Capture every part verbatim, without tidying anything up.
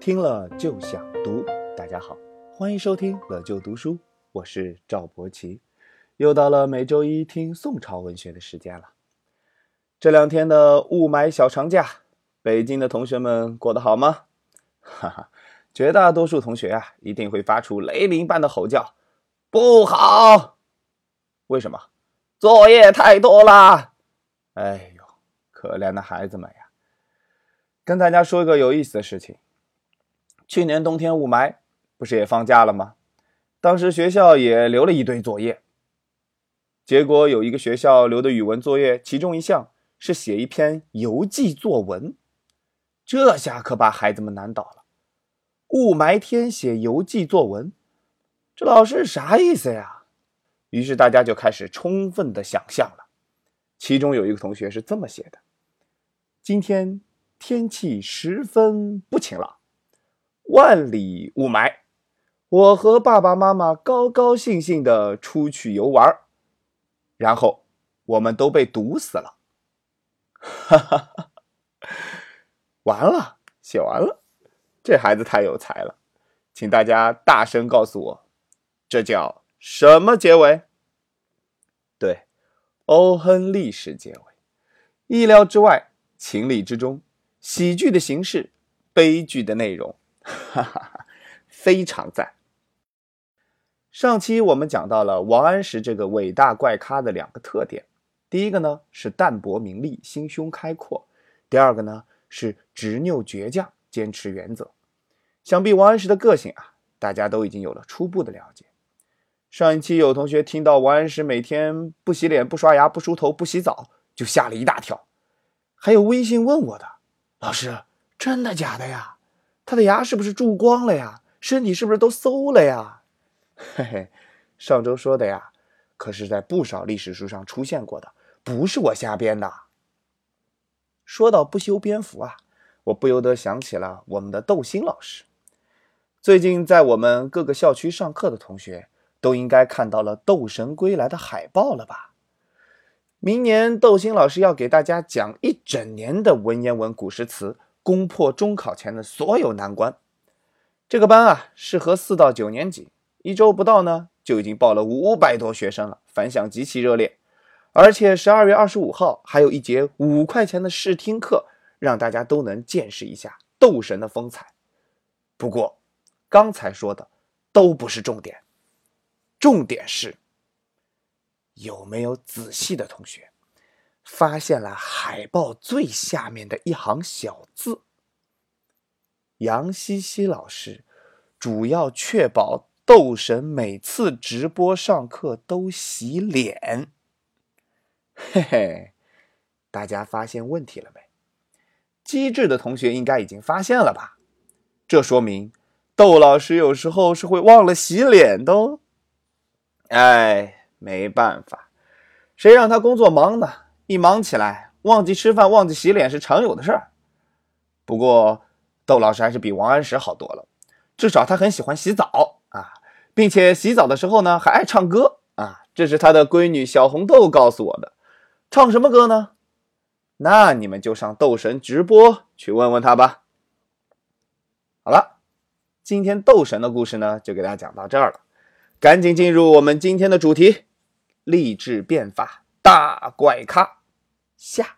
听了就想读。大家好，欢迎收听乐就读书，我是赵博奇。又到了每周一听宋朝文学的时间了。这两天的雾霾小长假，北京的同学们过得好吗？哈哈，绝大多数同学啊，一定会发出雷鸣般的吼叫，不好！为什么？作业太多啦！哎呦，可怜的孩子们呀！跟大家说一个有意思的事情，去年冬天雾霾不是也放假了吗？当时学校也留了一堆作业，结果有一个学校留的语文作业，其中一项是写一篇游记作文，这下可把孩子们难倒了。雾霾天写游记作文，这老师啥意思呀？于是大家就开始充分的想象了。其中有一个同学是这么写的：今天天气十分不晴朗，万里雾霾，我和爸爸妈妈高高兴兴地出去游玩，然后我们都被毒死了。哈哈哈，完了，写完了，这孩子太有才了，请大家大声告诉我，这叫什么结尾？对，欧亨利式结尾，意料之外，情理之中，喜剧的形式，悲剧的内容，哈哈哈，非常赞。上期我们讲到了王安石这个伟大怪咖的两个特点，第一个呢是淡泊名利，心胸开阔；第二个呢是执拗倔强，坚持原则。想必王安石的个性啊，大家都已经有了初步的了解。上一期有同学听到王安石每天不洗脸、不刷牙、不梳头、不洗澡，就吓了一大跳。还有微信问我的，老师，真的假的呀？他的牙是不是蛀光了呀？身体是不是都馊了呀？嘿嘿，上周说的呀，可是在不少历史书上出现过的，不是我瞎编的。说到不修边幅啊，我不由得想起了我们的窦星老师。最近在我们各个校区上课的同学都应该看到了《斗神归来》的海报了吧？明年窦星老师要给大家讲一整年的文言文古诗词，攻破中考前的所有难关。这个班啊，适合四到九年级，一周不到呢，就已经报了五百多学生了，反响极其热烈。而且十二月二十五号还有一节五块钱的试听课，让大家都能见识一下斗神的风采。不过，刚才说的都不是重点，重点是有没有仔细的同学发现了海报最下面的一行小字？杨西西老师主要确保斗神每次直播上课都洗脸。嘿嘿，大家发现问题了没？机智的同学应该已经发现了吧？这说明窦老师有时候是会忘了洗脸的哦。哎，没办法，谁让他工作忙呢？一忙起来，忘记吃饭、忘记洗脸是常有的事儿。不过，窦老师还是比王安石好多了，至少他很喜欢洗澡啊，并且洗澡的时候呢，还爱唱歌啊。这是他的闺女小红豆告诉我的。唱什么歌呢？那你们就上斗神直播去问问他吧。好了，今天斗神的故事呢，就给大家讲到这儿了。赶紧进入我们今天的主题，励志变法大怪咖下。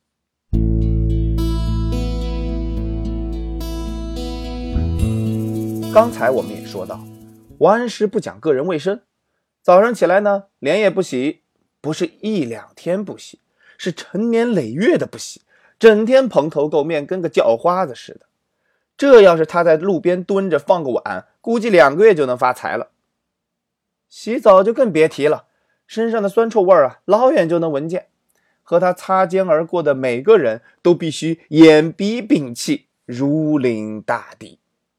刚才我们也说到，王安石不讲个人卫生，早上起来呢，脸也不洗，不是一两天不洗，是成年累月的不洗，整天蓬头垢面，跟个叫花子似的。这要是他在路边蹲着放个碗，估计两个月就能发财了。洗澡就更别提了，身上的酸臭味啊，老远就能闻见。和他擦肩而过的每个人都必须眼鼻屏气，如临大敌。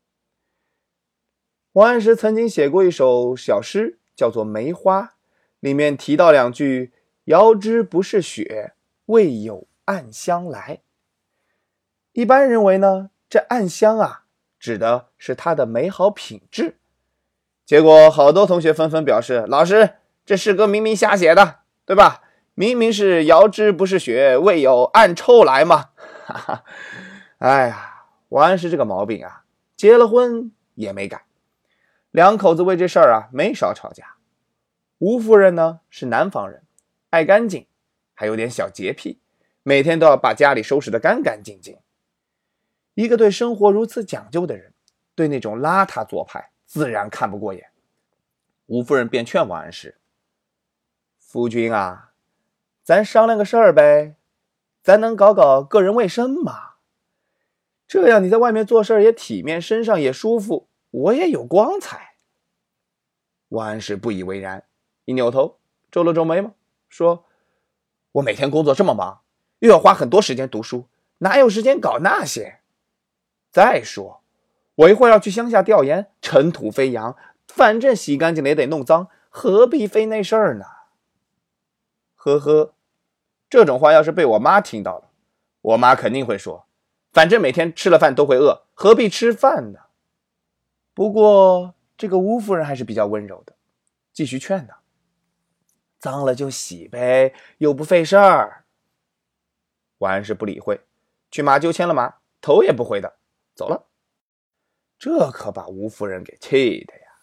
王安石曾经写过一首小诗，叫做《梅花》，里面提到两句：遥知不是雪，为有暗香来。一般认为呢，这暗香啊，指的是它的美好品质。结果好多同学纷纷表示，老师，这诗歌明明瞎写的，对吧？明明是遥知不是雪，为有暗臭来嘛。哈哈，哎呀，王安石这个毛病啊， 结了婚也没改。两口子为这事儿啊没少吵架。吴夫人呢是南方人，爱干净，还有点小洁癖，每天都要把家里收拾得干干净净。一个对生活如此讲究的人，对那种邋遢做派自然看不过眼。吴夫人便劝王安石：夫君啊，咱商量个事儿呗，咱能搞搞个人卫生吗？这样你在外面做事也体面，身上也舒服，我也有光彩。王安石不以为然，一扭头皱了皱眉毛，说：我每天工作这么忙，又要花很多时间读书，哪有时间搞那些？再说我一会儿要去乡下调研，尘土飞扬，反正洗干净了也得弄脏，何必费那事儿呢？呵呵，这种话要是被我妈听到了，我妈肯定会说，反正每天吃了饭都会饿，何必吃饭呢？不过这个吴夫人还是比较温柔的，继续劝他：脏了就洗呗，又不费事儿。王安石不理会，去马厩牵了马，头也不回的走了。这可把吴夫人给气的呀。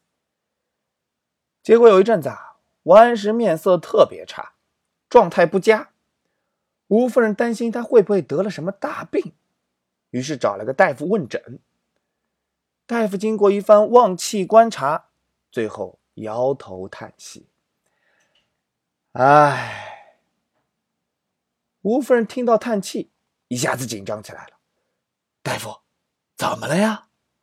结果有一阵子啊，王安石面色特别差，状态不佳。吴夫人担心他会不会得了什么大病，于是找了个大夫问诊。大夫经过一番望气观察，最后摇头叹息：唉。吴夫人听到叹气，一下子紧张起来了：大夫，怎么了呀？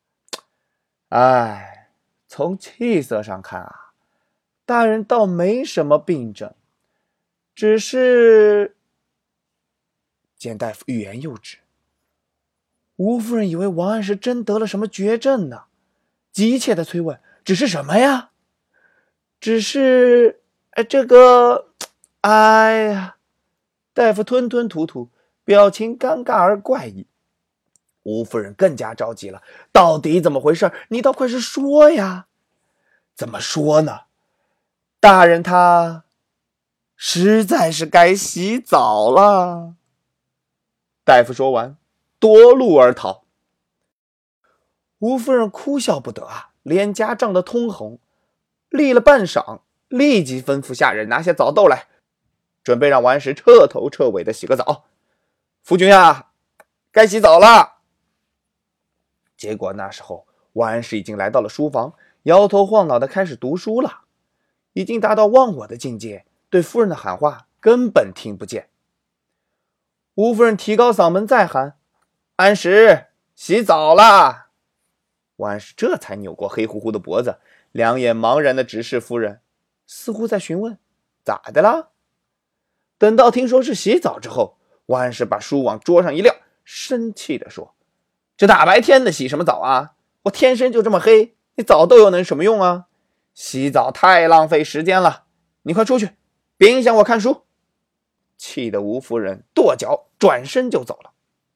唉，从气色上看啊，大人倒没什么病症，只是……见大夫欲言又止，吴夫人以为王安石真得了什么绝症呢，急切地催问：只是什么呀？只是……哎，这个……哎呀！大夫吞吞吐吐，表情尴尬而怪异。吴夫人更加着急了：到底怎么回事？你倒快是说呀！怎么说呢？大人他实在是该洗澡了。大夫说完，夺路而逃。吴夫人哭笑不得啊，脸颊涨得通红，立了半晌，立即吩咐下人拿些澡豆来，准备让王安石彻头彻尾的洗个澡。夫君啊，该洗澡了。结果那时候王安石已经来到了书房，摇头晃脑的开始读书了，已经达到忘我的境界，对夫人的喊话根本听不见。吴夫人提高嗓门再喊：安石，洗澡啦！王安石这才扭过黑乎乎的脖子，两眼茫然的直视夫人，似乎在询问：咋的啦？等到听说是洗澡之后，王安石把书往桌上一撂，生气地说：这大白天的洗什么澡啊？我天生就这么黑，你澡豆又能什么用啊？洗澡太浪费时间了，你快出去，别影响我看书。气得吴夫人跺脚转身就走了。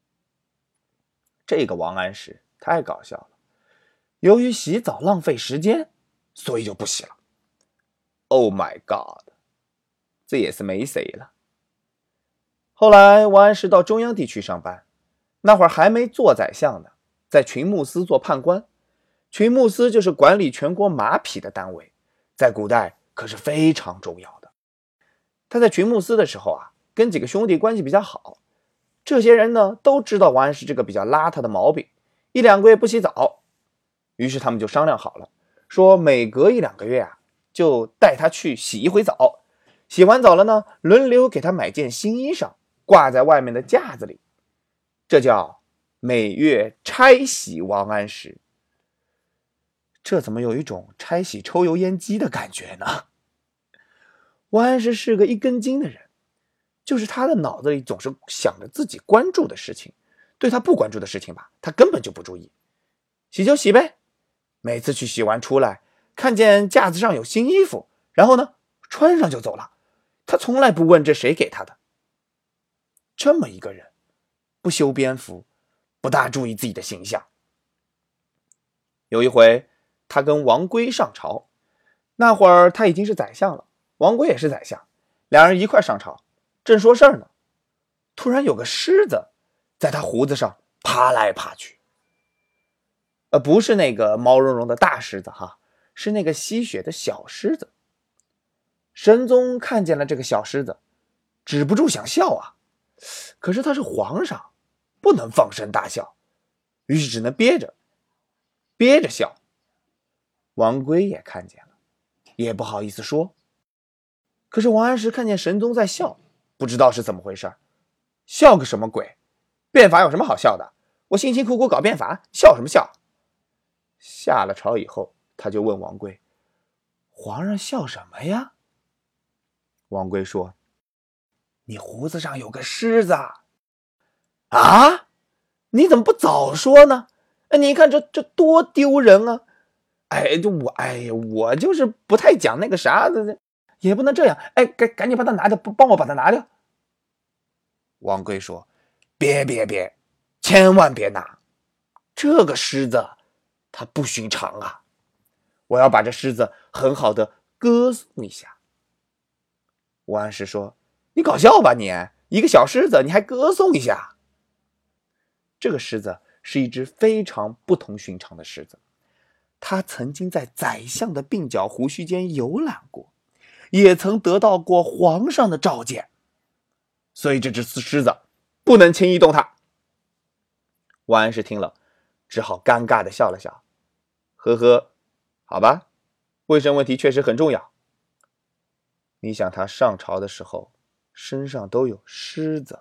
这个王安石太搞笑了，由于洗澡浪费时间，所以就不洗了。Oh my god， 这也是没谁了。后来王安石到中央地区上班，那会儿还没做宰相呢，在群牧司做判官。群牧司就是管理全国马匹的单位，在古代可是非常重要的。他在群牧司的时候啊，跟几个兄弟关系比较好，这些人呢都知道王安石这个比较邋遢的毛病，一两个月不洗澡。于是他们就商量好了，说每隔一两个月啊，就带他去洗一回澡，洗完澡了呢，轮流给他买件新衣裳，挂在外面的架子里，这叫每月拆洗王安石。这怎么有一种拆洗抽油烟机的感觉呢？王安石是个一根筋的人，就是他的脑子里总是想着自己关注的事情，对他不关注的事情吧，他根本就不注意。洗就洗呗，每次去洗完出来，看见架子上有新衣服，然后呢穿上就走了，他从来不问这谁给他的。这么一个人，不修边幅，不大注意自己的形象。有一回他跟王圭上朝，那会儿他已经是宰相了，王圭也是宰相，两人一块上朝，正说事儿呢，突然有个虱子在他胡子上爬来爬去。 呃，不是那个毛茸茸的大狮子哈，是那个吸血的小狮子。神宗看见了这个小狮子，止不住想笑啊，可是他是皇上，不能放声大笑，于是只能憋着，憋着笑。王圭也看见了，也不好意思说。可是王安石看见神宗在笑，不知道是怎么回事，笑个什么鬼？变法有什么好笑的？我辛辛苦苦搞变法，笑什么笑？下了朝以后，他就问王圭：“皇上笑什么呀？”王圭说：“你胡子上有个虱子。”啊，你怎么不早说呢？你看这这多丢人啊！哎，就我，哎呀，我就是不太讲那个啥的，也不能这样。哎，赶赶紧把它拿掉，帮我把它拿掉。王圭说：“别别别，千万别拿，这个狮子它不寻常啊！我要把这狮子很好的歌颂一下。”王安石说：“你搞笑吧你？一个小狮子你还歌颂一下？”这个狮子是一只非常不同寻常的狮子，它曾经在宰相的鬓角胡须间游览过，也曾得到过皇上的召见，所以这只狮子不能轻易动它。王安石听了，只好尴尬地笑了笑，呵呵，好吧，卫生问题确实很重要。你想他上朝的时候身上都有虱子，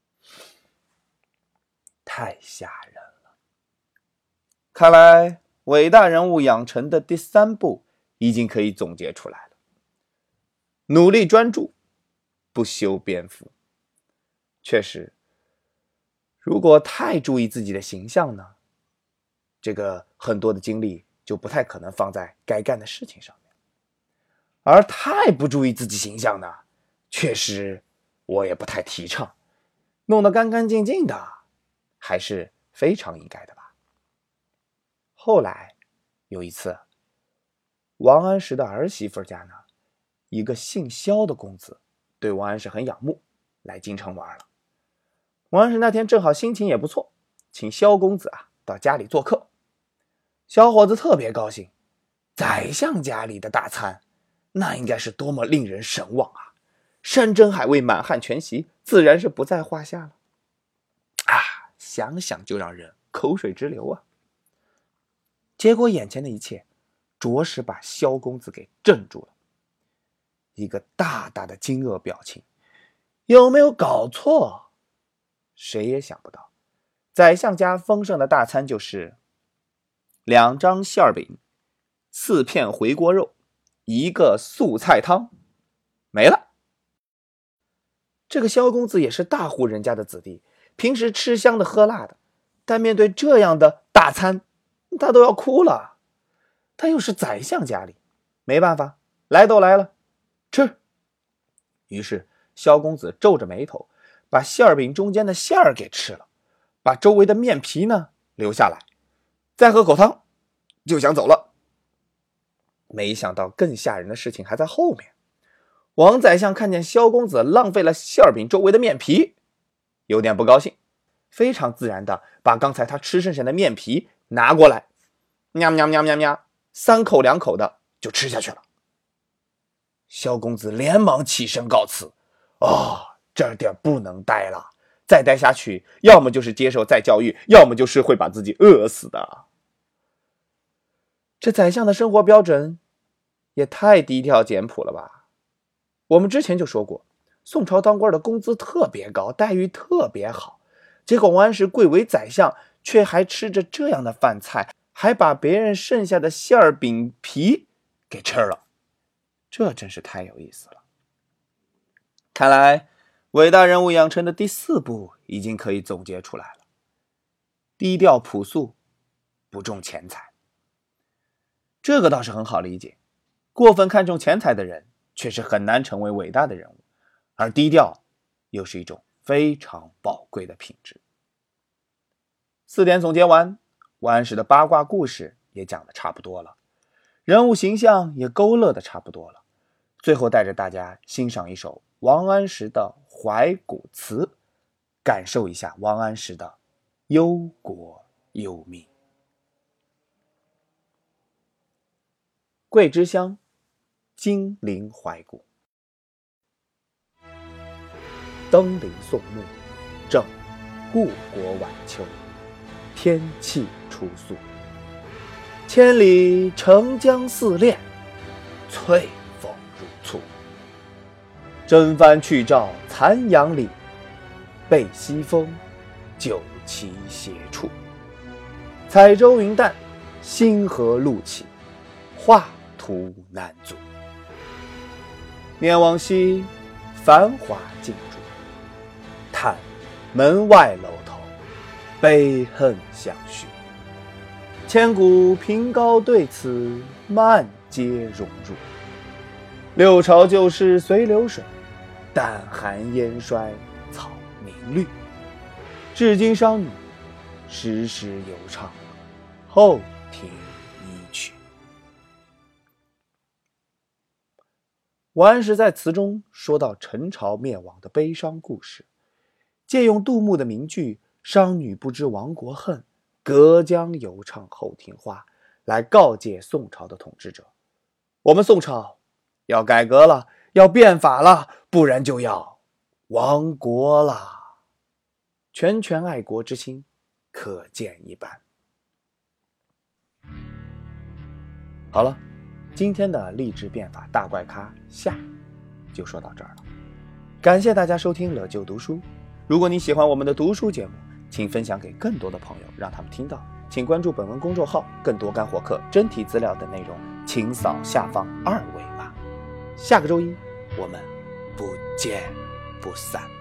太吓人了。看来伟大人物养成的第三步已经可以总结出来了：努力专注，不修边幅。确实，如果太注意自己的形象呢，这个很多的精力就不太可能放在该干的事情上面。而太不注意自己形象呢，确实我也不太提倡，弄得干干净净的还是非常应该的吧。后来有一次，王安石的儿媳妇家呢，一个姓萧的公子对王安石很仰慕，来京城玩了。王安石那天正好心情也不错，请萧公子啊到家里做客。小伙子特别高兴，宰相家里的大餐那应该是多么令人神往啊！山珍海味满汉全席自然是不在话下了啊，想想就让人口水直流啊。结果眼前的一切着实把萧公子给镇住了，一个大大的惊愕表情。有没有搞错？谁也想不到，宰相家丰盛的大餐就是两张馅饼，四片回锅肉，一个素菜汤，没了。这个萧公子也是大户人家的子弟，平时吃香的喝辣的，但面对这样的大餐，他都要哭了。他又是宰相家里，没办法，来都来了，吃。于是萧公子皱着眉头，把馅饼中间的馅儿给吃了，把周围的面皮呢留下来，再喝口汤，就想走了。没想到更吓人的事情还在后面。王宰相看见萧公子浪费了馅饼周围的面皮，有点不高兴，非常自然的把刚才他吃剩下的面皮拿过来，喵喵喵喵喵，三口两口的就吃下去了。萧公子连忙起身告辞：“哦，这点不能待了，再待下去，要么就是接受再教育，要么就是会把自己饿死的。”这宰相的生活标准也太低调简朴了吧。我们之前就说过，宋朝当官的工资特别高，待遇特别好，结果王安石贵为宰相，却还吃着这样的饭菜，还把别人剩下的馅饼皮给吃了，这真是太有意思了。看来伟大人物养成的第四步已经可以总结出来了：低调朴素，不重钱财。这个倒是很好理解，过分看重钱财的人确实很难成为伟大的人物，而低调又是一种非常宝贵的品质。四点总结完，王安石的八卦故事也讲得差不多了，人物形象也勾勒得差不多了，最后带着大家欣赏一首王安石的怀古词，感受一下王安石的忧国忧民。 桂枝香，金陵怀古。登临宋末，正故国晚秋，天气初肃。千里澄江似练，翠峰如簇。征帆去照残阳里，背西风，酒旗斜矗。彩舟云淡，星河路起，画图难阻。念往昔，繁华尽逐，叹门外楼头，悲恨相续。千古凭高对此，漫皆荣辱。六朝旧事随流水，但寒烟衰草明绿。至今商女时时犹唱后庭一曲。王安石在词中说到陈朝灭亡的悲伤故事，借用杜牧的名句“商女不知亡国恨，隔江犹唱后庭花”来告诫宋朝的统治者：我们宋朝要改革了，要变法了，不然就要亡国了。拳拳爱国之心可见一斑。好了，今天的励志变法大怪咖下就说到这儿了。感谢大家收听乐就读书。如果你喜欢我们的读书节目，请分享给更多的朋友，让他们听到。请关注本文公众号，更多干货课、真题资料等内容，请扫下方二维码。下个周一，我们不见不散。